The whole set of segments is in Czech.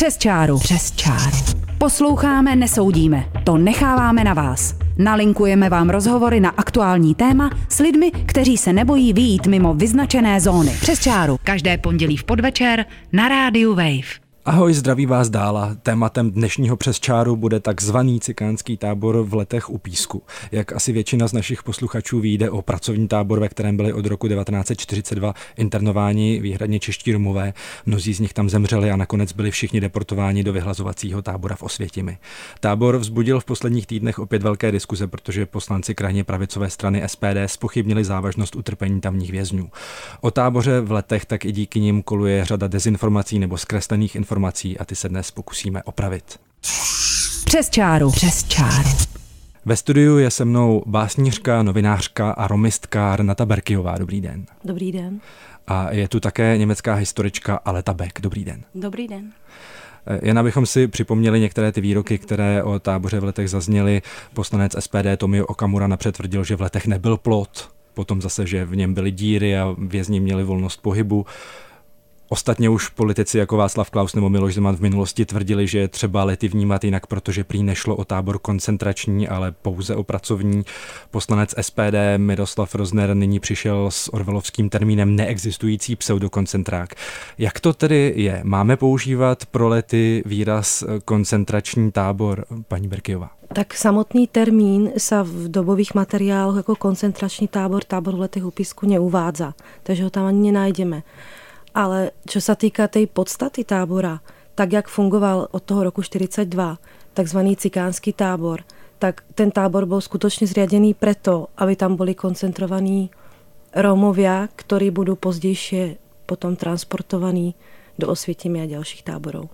Přes čáru. Přes čáru. Posloucháme, nesoudíme. To necháváme na vás. Nalinkujeme vám rozhovory na aktuální téma s lidmi, kteří se nebojí vyjít mimo vyznačené zóny. Přes čáru. Každé pondělí v podvečer na rádiu Wave. Ahoj, zdraví vás Dála. Tématem dnešního Přes čáru bude takzvaný cikánský tábor v Letech u Písku. Jak asi většina z našich posluchačů ví, jde o pracovní tábor, ve kterém byli od roku 1942 internováni výhradně čeští Romové. Mnozí z nich tam zemřeli a nakonec byli všichni deportováni do vyhlazovacího tábora v Osvětimi. Tábor vzbudil v posledních týdnech opět velké diskuze, protože poslanci krajně pravicové strany SPD zpochybnili závažnost utrpení tamních vězňů. O táboře v Letech tak i díky nim koluje řada dezinformací nebo zkreslených informací a ty se dnes pokusíme opravit. Přes čáru. Přes čáru. Ve studiu je se mnou básnířka, novinářka a romistka Renata Berkyová. Dobrý den. Dobrý den. A je tu také německá historička Aleta Beck. Dobrý den. Dobrý den. Jen abychom si připomněli některé ty výroky, které o táboře v Letech zazněly. Poslanec SPD Tomio Okamura napřed tvrdil, že v Letech nebyl plot, potom zase, že v něm byly díry a vězni měli volnost pohybu. Ostatně už politici jako Václav Klaus nebo Miloš Zeman v minulosti tvrdili, že je třeba Lety vnímat jinak, protože prý nešlo o tábor koncentrační, ale pouze o pracovní. Poslanec SPD Miroslav Rozner nyní přišel s orwellovským termínem neexistující pseudokoncentrák. Jak to tedy je? Máme používat pro Lety výraz koncentrační tábor, paní Berkyová? Tak samotný termín sa v dobových materiáloch jako koncentrační tábor v Letech u Písku neuvádza, takže ho tam ani nenájdeme. Ale čo sa týka tej podstaty tábora, tak jak fungoval od toho roku 1942, takzvaný cikánsky tábor, tak ten tábor bol skutočne zriadený preto, aby tam boli koncentrovaní Rómovia, ktorí budú pozdejšie potom transportovaní do Osvětimi a ďalších táborov.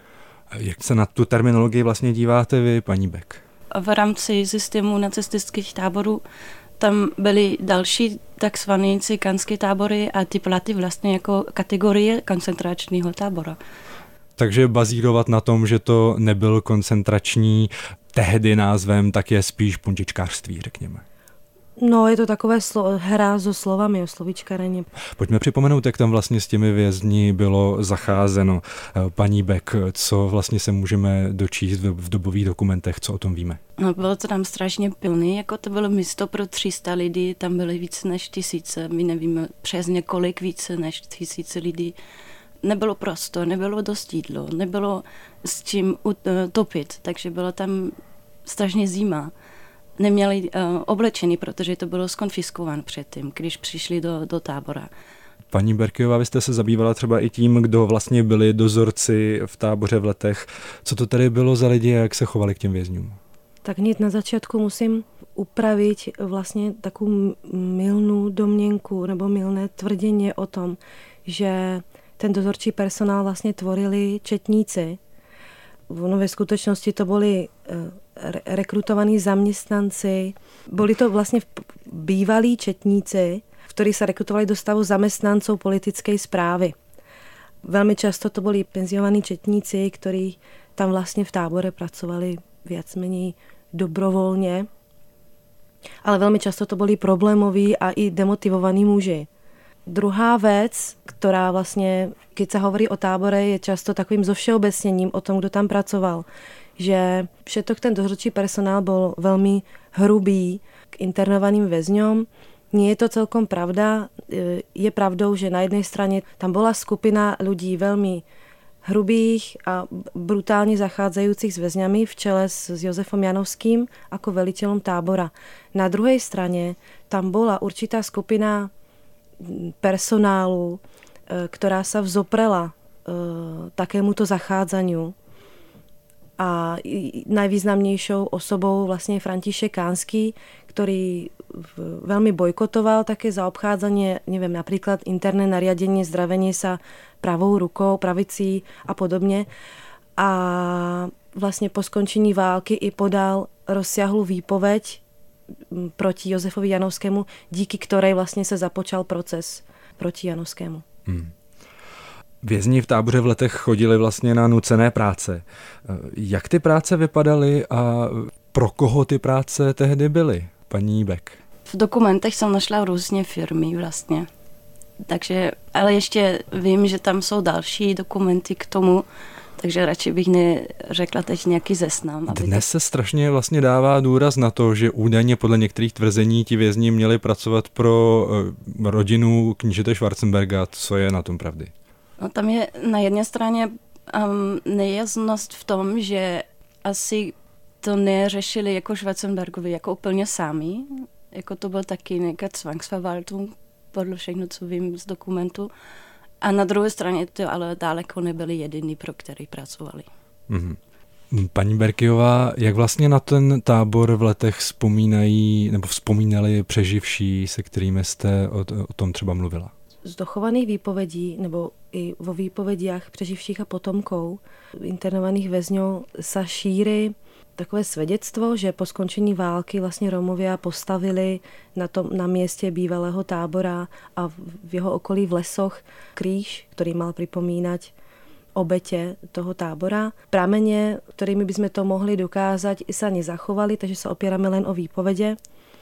Jak se na tu terminologii vlastně díváte vy, paní Beck? V rámci systému nacistických táborů tam byly další takzvané cikánské tábory a ty platy vlastně jako kategorie koncentračního tábora. Takže bazírovat na tom, že to nebyl koncentrační tehdy názvem, tak je spíš puntičkářství, řekněme. No, je to takové hra so slovami, o slovíčkareně. Pojďme připomenout, jak tam vlastně s těmi vězni bylo zacházeno. Paní Beck, co vlastně se můžeme dočíst v dobových dokumentech, co o tom víme? No, bylo to tam strašně pilný, jako to bylo místo pro 300 lidí, tam byly více než 1000, my nevíme přesně kolik více než 1000 lidí. Nebylo prostor, nebylo dost jídlo, nebylo s čím topit, takže bylo tam strašně zima. Neměli oblečení, protože to bylo skonfiskováno předtím, když přišli do tábora. Paní Berkyová, vy jste se zabývala třeba i tím, kdo vlastně byli dozorci v táboře v Letech. Co to tady bylo za lidi a jak se chovali k těm vězňům? Tak hned na začátku musím upravit vlastně takovou mylnou domněnku nebo mylné tvrdění o tom, že ten dozorčí personál vlastně tvorili četníci. No, ve skutečnosti to byli rekrutovaní zaměstnanci. Byli to vlastně bývalí četníci, ktorí sa rekrutovali do stavu zamestnancov politickej správy. Veľmi často to boli penziovaní četníci, ktorí tam vlastne v tábore pracovali viac menej dobrovoľne. Ale veľmi často to boli problémoví a i demotivovaní muži. Druhá vec, ktorá vlastne, keď sa hovorí o tábore, je často takovým zovšeobecnením o tom, kto tam pracoval. Že všetok ten dozorčí personál bol veľmi hrubý k internovaným väzňom. Nie je to celkom pravda. Je pravdou, že na jednej strane tam bola skupina ľudí veľmi hrubých a brutálne zachádzajúcich s väzňami v čele s Jozefom Janovským ako veliteľom tábora. Na druhej strane tam bola určitá skupina personálu, ktorá sa vzoprela takémuto zachádzaniu. A najvýznamnejšou osobou vlastne je František Kánsky, ktorý veľmi bojkotoval také zaobchádzanie, neviem, napríklad interné nariadenie zdravenie sa pravou rukou, pravicí a podobne. A vlastne po skončení války i podal rozsiahlu výpoveď proti Jozefovi Janovskému, díky ktorej vlastne sa započal proces proti Janovskému. Vězni v táboře v Letech chodili vlastně na nucené práce. Jak ty práce vypadaly a pro koho ty práce tehdy byly, paní Beck? V dokumentech jsem našla různě firmy vlastně. Takže, ale ještě vím, že tam jsou další dokumenty k tomu, Takže radši bych neřekla teď nějaký zeznam. Dnes se strašně vlastně dává důraz na to, že údajně podle některých tvrzení ti vězni měli pracovat pro rodinu knížete Schwarzenberga. Co je na tom pravdy? No, tam je na jedné straně nejasnost v tom, že asi to neřešili jako Schwarzenbergovi jako úplně sami. Jako to byl taky nějaká Zwangsverwaltung, podle všechno, co vím z dokumentu. A na druhé straně to ale daleko nebyli jediní, pro který pracovali. Mm-hmm. Paní Berkyová, jak vlastně na ten tábor v Letech vzpomínali přeživší, se kterými jste o tom třeba mluvila? Z dochovaných výpovedí, nebo i vo výpovediach přeživších a potomkov internovaných väzňov sa šíri takové svedectvo, že po skončení války vlastně Romovia postavili na městě bývalého tábora a v jeho okolí v lesoch kríž, který mal pripomínať obete toho tábora. Pramene, ktorými by sme to mohli dokázať, sa nezachovali, takže sa opierame len o výpovede,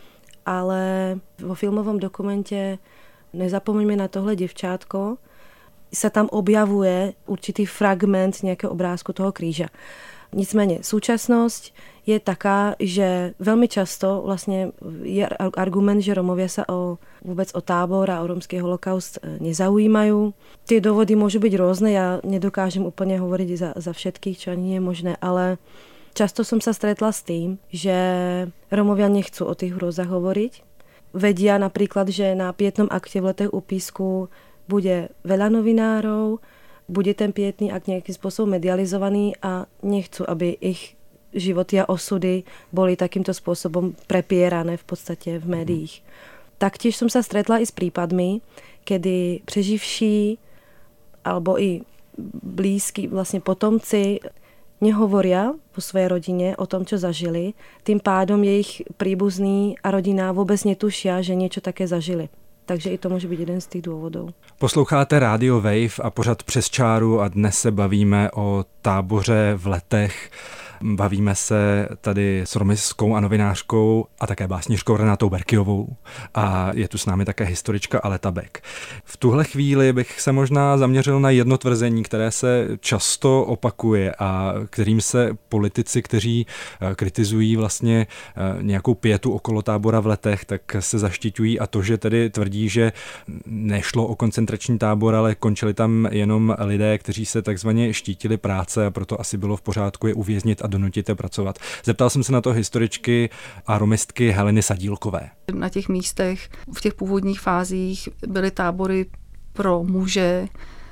ale vo filmovom dokumente Nezapomeňme na tohle děvčátko sa tam objavuje určitý fragment nějakého obrázku toho kríža. Nicméně súčasnosť je taká, že veľmi často vlastne je argument, že Romovia sa vôbec o tábor a o romský holokaust nezaujímajú. Tie dôvody môžu byť rôzne, ja nedokážem úplne hovoriť za všetkých, čo ani nie je možné, ale často som sa stretla s tým, že Romovia nechcú o tých hrôzach hovoriť. Vedia napríklad, že na pietnom akte v Letech u Písku bude veľa novinárov, bude ten pietný akt nejakým spôsobom medializovaný a nechcú, aby ich životy a osudy boli takýmto spôsobom prepierané v podstate v médiích. Taktiež som sa stretla i s prípadmi, kedy preživší alebo i blízky vlastne potomci nehovoria po svojej rodine o tom, čo zažili. Tým pádom jejich príbuzní a rodina vôbec netušia, že niečo také zažili. Takže i to může být jeden z těch důvodů. Posloucháte Radio Wave a pořad Přes čáru a dnes se bavíme o táboře v Letech. Bavíme se tady s romistskou a novinářkou a také básnířkou Renatou Berkyovou a je tu s námi také historička Aleta Beck. V tuhle chvíli bych se možná zaměřil na jedno tvrzení, které se často opakuje a kterým se politici, kteří kritizují vlastně nějakou pietu okolo tábora v Letech, tak se zaštiťují a to, že tedy tvrdí, že nešlo o koncentrační tábor, ale končili tam jenom lidé, kteří se takzvaně štítili práce a proto asi bylo v pořádku je uvěznit a donutit je pracovat. Zeptal jsem se na to historičky a romistky Heleny Sadílkové. Na těch místech v těch původních fázích byly tábory pro muže,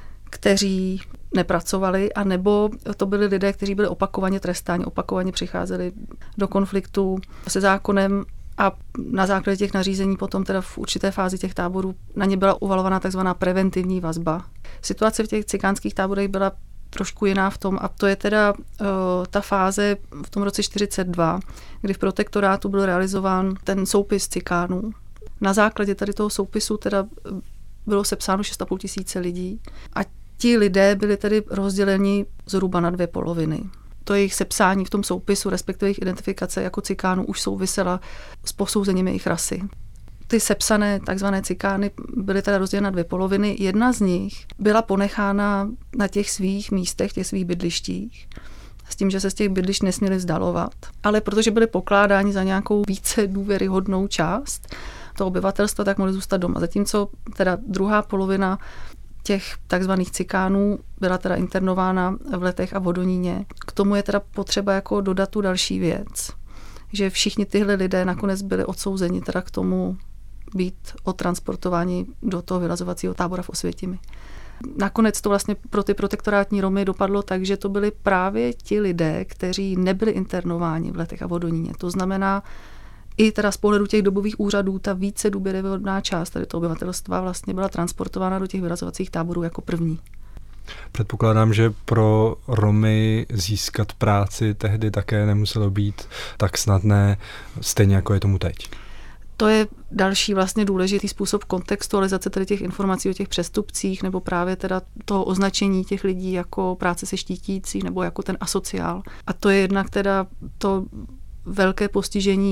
kteří nepracovali, anebo to byli lidé, kteří byli opakovaně trestáni, opakovaně přicházeli do konfliktu se zákonem a na základě těch nařízení potom teda v určité fázi těch táborů na ně byla uvalovaná takzvaná preventivní vazba. Situace v těch cikánských táborech byla trošku jiná v tom, a to je teda ta fáze v tom roce 1942, kdy v protektorátu byl realizován ten soupis cikánů. Na základě tady toho soupisu teda bylo sepsáno 6,5 tisíce lidí a ti lidé byli tedy rozděleni zhruba na 2 poloviny. To jejich sepsání v tom soupisu, respektive jejich identifikace jako cikánů už souvisela s posouzením jejich rasy. Ty sepsané takzvané cikány byly teda rozděleny na 2 poloviny. Jedna z nich byla ponechána na těch svých místech, těch svých bydlištích, s tím, že se z těch bydlišť nesměli vzdalovat. Ale protože byly pokládáni za nějakou více důvěryhodnou část toho obyvatelstva, tak mohli zůstat doma. Zatímco teda druhá polovina těch takzvaných cikánů byla teda internována v Letech a Vodoníně. K tomu je teda potřeba jako dodat tu další věc, že všichni tyhle lidé nakonec byli odsouzeni teda k tomu být odtransportováni do toho vylazovacího tábora v Osvětimi. Nakonec to vlastně pro ty protektorátní Romy dopadlo tak, že to byli právě ti lidé, kteří nebyli internováni v Letech a Vodoníně. To znamená, i teda z pohledu těch dobových úřadů ta více důvěryhodná část tady toho obyvatelstva vlastně byla transportována do těch vylazovacích táborů jako první. Předpokládám, že pro Romy získat práci tehdy také nemuselo být tak snadné, stejně jako je tomu teď. To je další vlastně důležitý způsob kontextualizace tedy těch informací o těch přestupcích nebo právě teda toho označení těch lidí jako práce se štítící nebo jako ten asociál. A to je jednak teda to velké postižení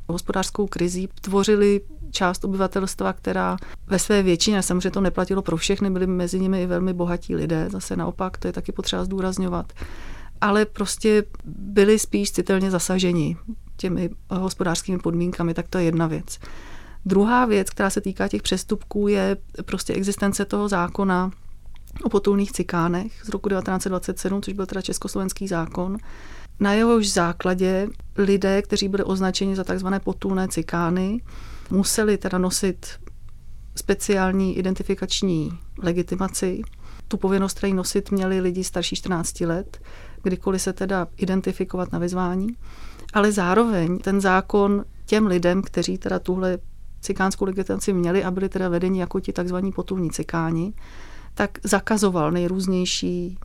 hospodářskou krizí tvořili část obyvatelstva, která ve své většině, samozřejmě to neplatilo pro všechny, byli mezi nimi i velmi bohatí lidé, zase naopak, to je taky potřeba zdůrazňovat, ale prostě byli spíš citelně zasaženi těmi hospodářskými podmínkami, tak to je jedna věc. Druhá věc, která se týká těch přestupků, je prostě existence toho zákona o potulných cikánech z roku 1927, což byl teda československý zákon. Na jehož základě lidé, kteří byli označeni za takzvané potulné cikány, museli teda nosit speciální identifikační legitimaci. Tu povinnost, který nosit měli lidi starší 14 let, kdykoliv se teda identifikovat na vyzvání. Ale zároveň ten zákon těm lidem, kteří teda tuhle cikánskou legitimaci měli a byli teda vedeni jako ti takzvaní potulní cikáni, tak zakazoval nejrůznější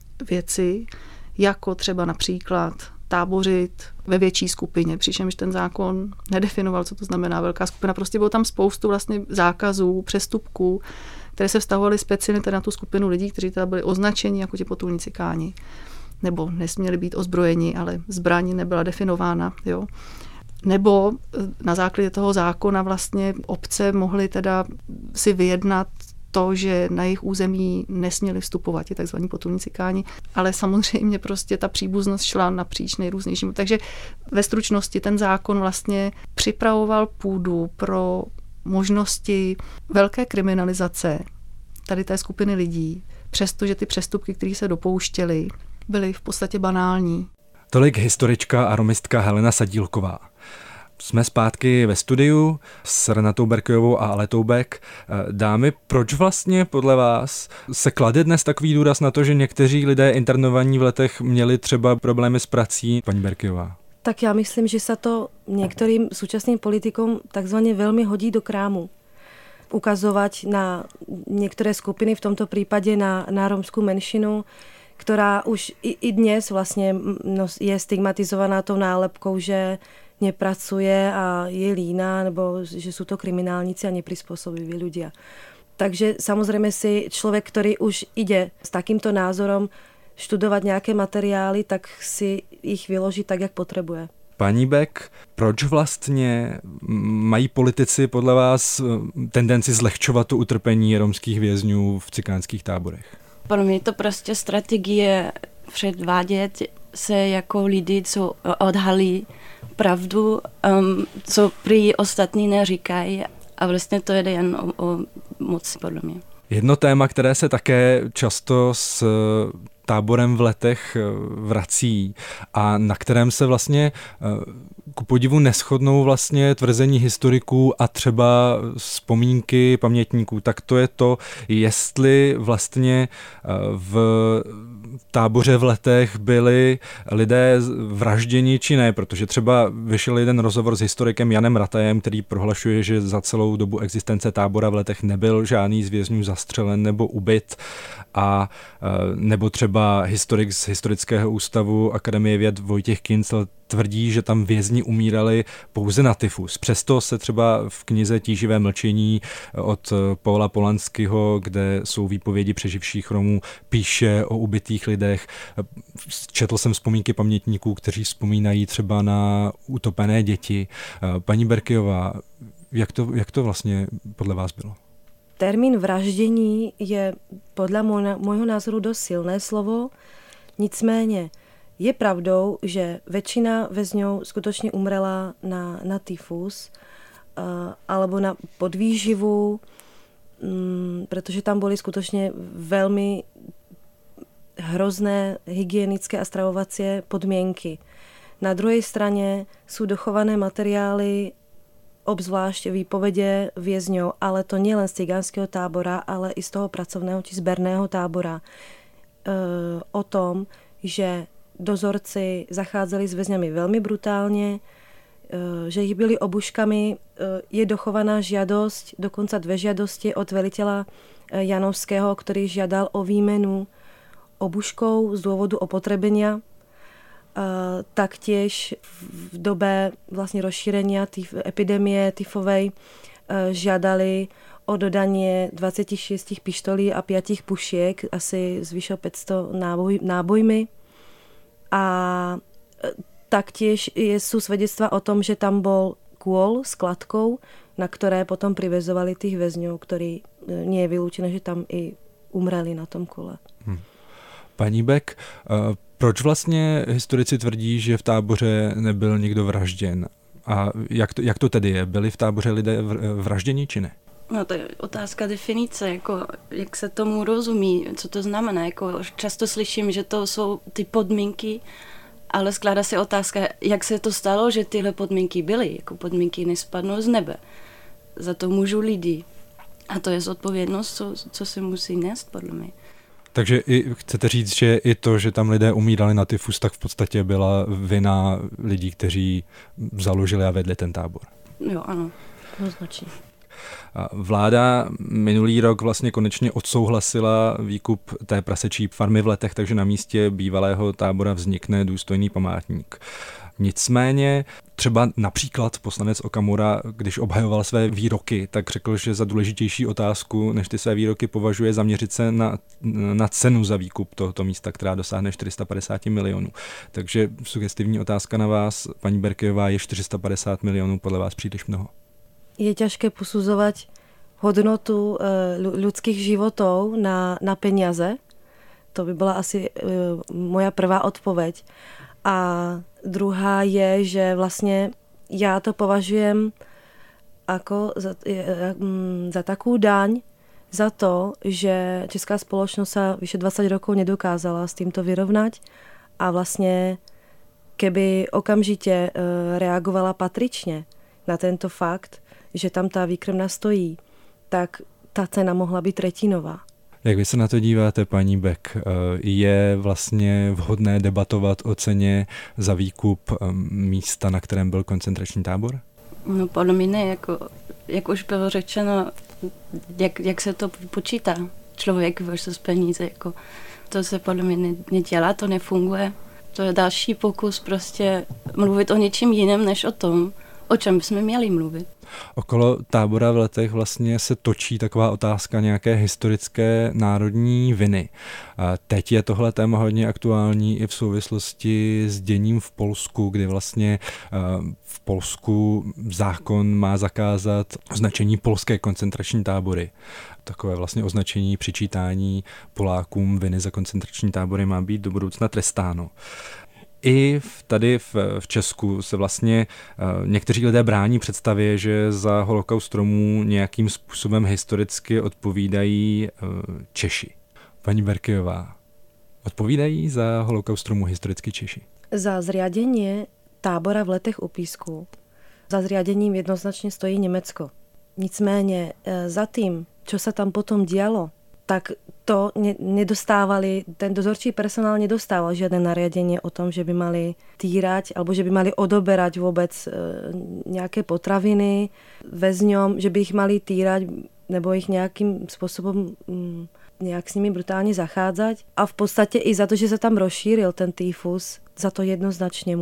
věci, jako třeba například tábořit ve větší skupině, přičemž ten zákon nedefinoval, co to znamená velká skupina. Prostě bylo tam spoustu vlastně zákazů, přestupků, které se vztahovaly speciálně na tu skupinu lidí, kteří teda byli označeni jako ti potulní cikáni. Nebo nesměli být ozbrojeni, ale zbraň nebyla definována. Jo. Nebo na základě toho zákona vlastně obce mohly teda si vyjednat to, že na jejich území nesměli vstupovat ti takzvaní potulní cikáni, ale samozřejmě prostě ta příbuznost šla napříč nejrůznějším. Takže ve stručnosti ten zákon vlastně připravoval půdu pro možnosti velké kriminalizace tady té skupiny lidí, přestože ty přestupky, které se dopouštěly, byly v podstatě banální. Tolik historička a romistka Helena Sadílková. Jsme zpátky ve studiu s Renatou Berkyovou a Aletou Beck. Dámy, proč vlastně podle vás se klade dnes takový důraz na to, že někteří lidé internovaní v Letech měli třeba problémy s prací? Paní Berkyová. Tak já myslím, že se to některým současným politikům takzvaně velmi hodí do krámu. Ukazovat na některé skupiny, v tomto případě na romskou menšinu, která už i dnes vlastně je stigmatizovaná tou nálepkou, že nepracuje a je líná, nebo že jsou to kriminálníci a neprizpůsobiví ľudia. Takže samozřejmě si člověk, který už jde s takýmto názorom študovat nějaké materiály, tak si jich vyloží tak, jak potřebuje. Paní Beck, proč vlastně mají politici podle vás tendenci zlehčovat to utrpení romských vězňů v cikánských táborech? Pro mě to prostě strategie předvádět se jako lidi, co odhalí pravdu, co prý ostatní neříkají, a vlastně to jde jen o moc, podle mě. Jedno téma, které se také často s táborem v Letech vrací a na kterém se vlastně ku podivu neshodnou vlastně tvrzení historiků a třeba vzpomínky pamětníků, tak to je to, jestli vlastně v táboře v Letech byli lidé vražděni či ne, protože třeba vyšel jeden rozhovor s historikem Janem Ratajem, který prohlašuje, že za celou dobu existence tábora v Letech nebyl žádný z vězňů zastřelen nebo ubyt, a nebo třeba historik z Historického ústavu Akademie věd Vojtěch Kincl tvrdí, že tam vězni umírali pouze na tyfus. Přesto se třeba v knize Tíživé mlčení od Paula Polanského, kde jsou výpovědi přeživších Romů, píše o ubitých lidech. Četl jsem vzpomínky pamětníků, kteří vzpomínají třeba na utopené děti. Paní Berkyová, jak to vlastně podle vás bylo? Termín vraždění je podle môjho názoru dosť silné slovo, nicméně je pravdou, že väčšina väzňov skutočne umrela na tyfus alebo na podvýživu, protože tam boli skutočne veľmi hrozné hygienické a stravovacie podmienky. Na druhej strane sú dochované materiály, obzvlášť výpovedě vězňov, ale to nie len z cigánskeho tábora, ale i z toho pracovného či zberného tábora. O tom, že dozorci zacházeli s väzňami veľmi brutálne, že ich byli obuškami. Je dochovaná žiadosť, dokonca 2 žiadosti od veliteľa Janovského, ktorý žiadal o výmenu obuškov z dôvodu opotrebenia. Taktiež v dobe vlastne rozšírenia epidémie tyfovej žiadali o dodanie 26 pištolí a 5 pušiek, asi zvyšo 500 nábojmi. A taktiež sú svedectva o tom, že tam bol kôl s kladkou, na které potom privezovali tých väzňov, ktorí nie je vylúčené, že tam i umreli na tom kole. Paní Beck, proč vlastně historici tvrdí, že v táboře nebyl nikdo vražděn? A jak to tedy je? Byli v táboře lidé vražděni, či ne? No to je otázka definice, jako jak se tomu rozumí, co to znamená. Jako často slyším, že to jsou ty podmínky, ale skládá se otázka, jak se to stalo, že tyhle podmínky byly. Jako podmínky nespadnou z nebe. Za to můžou lidi. A to je zodpovědnost, co se musí nést, podle mě. Takže chcete říct, že i to, že tam lidé umírali na tyfus, tak v podstatě byla vina lidí, kteří založili a vedli ten tábor? Jo, ano, jednoznačně. Vláda minulý rok vlastně konečně odsouhlasila výkup té prasečí farmy v Letech, takže na místě bývalého tábora vznikne důstojný památník. Nicméně třeba například poslanec Okamura, když obhajoval své výroky, tak řekl, že za důležitější otázku, než ty své výroky, považuje zaměřit se na cenu za výkup tohoto místa, která dosáhne 450 milionů. Takže sugestivní otázka na vás, paní Berkejová, je 450 milionů podle vás příliš mnoho? Je ťažké posudzovať hodnotu ľudských životov na peniaze. To by bola asi moja prvá odpoveď. A druhá je, že vlastne ja to považujem ako za takú daň za to, že česká spoločnosť sa vyše 20 rokov nedokázala s týmto vyrovnať a vlastne keby okamžite reagovala patrične na tento fakt, že tam ta výkrmna stojí, tak ta cena mohla být tretinová. Jak vy se na to díváte, paní Beck? Je vlastně vhodné debatovat o ceně za výkup místa, na kterém byl koncentrační tábor? No podle mě ne, jak už bylo řečeno, jak se to počítá. Člověk versus peníze, jako to se podle mě nedělá, to nefunguje. To je další pokus prostě mluvit o něčím jiném, než o tom, o čem bychom měli mluvit. Okolo tábora v Letech vlastně se točí taková otázka nějaké historické národní viny. Teď je tohle téma hodně aktuální i v souvislosti s děním v Polsku, kdy vlastně v Polsku zákon má zakázat označení polské koncentrační tábory. Takové vlastně označení přičítání Polákům viny za koncentrační tábory má být do budoucna trestáno. I tady v Česku se vlastně někteří lidé brání představě, že za holokaust Romů nějakým způsobem historicky odpovídají Češi. Paní Berkejová, odpovídají za holokaust Romů historicky Češi? Za zriadenie tábora v Letech u Písku, za zriadením jednoznačně stojí Německo. Nicméně za tým, čo sa tam potom dialo, tak to nedostávali, ten dozorčí personál nedostával žiadne nariadenie o tom, že by mali týrať alebo že by mali odoberať vôbec nejaké potraviny väzňom, že by ich mali týrať nebo ich nejakým spôsobom nejak s nimi brutálne zachádzať. A v podstate i za to, že sa tam rozšíril ten týfus, za to jednoznačne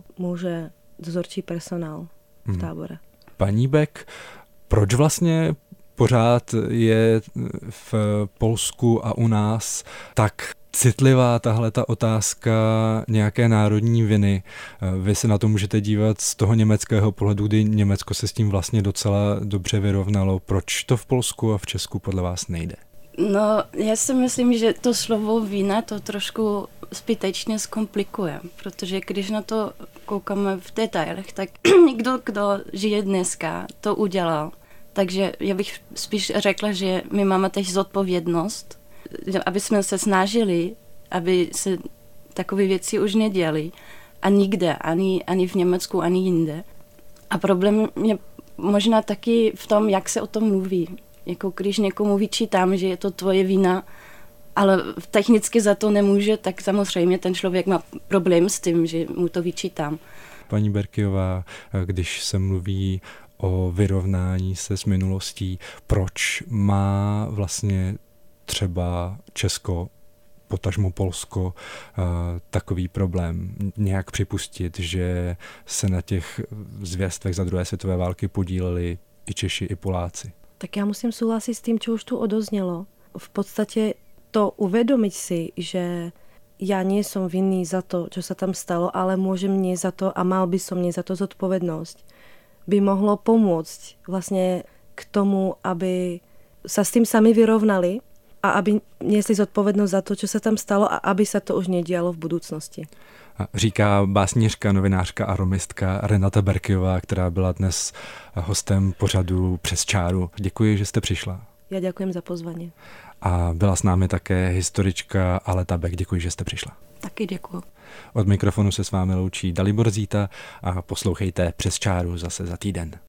môže dozorčí personál v tábore. Paní Beck, proč vlastně pořád je v Polsku a u nás tak citlivá tahleta otázka nějaké národní viny? Vy se na to můžete dívat z toho německého pohledu, kdy Německo se s tím vlastně docela dobře vyrovnalo. Proč to v Polsku a v Česku podle vás nejde? No, já si myslím, že to slovo vina to trošku zbytečně zkomplikuje, protože když na to koukáme v detailech, tak někdo, kdo žije dneska, to udělal. Takže já bych spíš řekla, že my máme teď zodpovědnost, aby jsme se snažili, aby se takové věci už neděly. A nikde, ani v Německu, ani jinde. A problém je možná taky v tom, jak se o tom mluví. Jako když někomu vyčítám, že je to tvoje vina, ale technicky za to nemůže, tak samozřejmě ten člověk má problém s tím, že mu to vyčítám. Paní Berkejová, když se mluví o vyrovnání se s minulostí, proč má vlastně třeba Česko, potažmo Polsko, takový problém nějak připustit, že se na těch zvěrstvech za druhé světové války podíleli i Češi, i Poláci? Tak já musím souhlasit s tím, čo už tu odoznělo. V podstatě to uvedomiť si, že ja nie som vinný za to, čo sa tam stalo, ale môžem nie za to a mal by som nie za to zodpovednosť, by mohlo pomoct vlastně k tomu, aby sa s tým sami vyrovnali a aby niesli zodpovednosť za to, čo sa tam stalo a aby sa to už nedialo v budúcnosti. Říká básnířka, novinářka a romistka Renata Berkyová, která byla dnes hostem pořadu Přes čáru. Děkuji, že jste přišla. Ja ďakujem za pozvanie. A byla s námi také historička Aleta Beck. Děkuji, že jste přišla. Taky děkuji. Od mikrofonu se s vámi loučí Dalibor Zíta a poslouchejte Přes čáru zase za týden.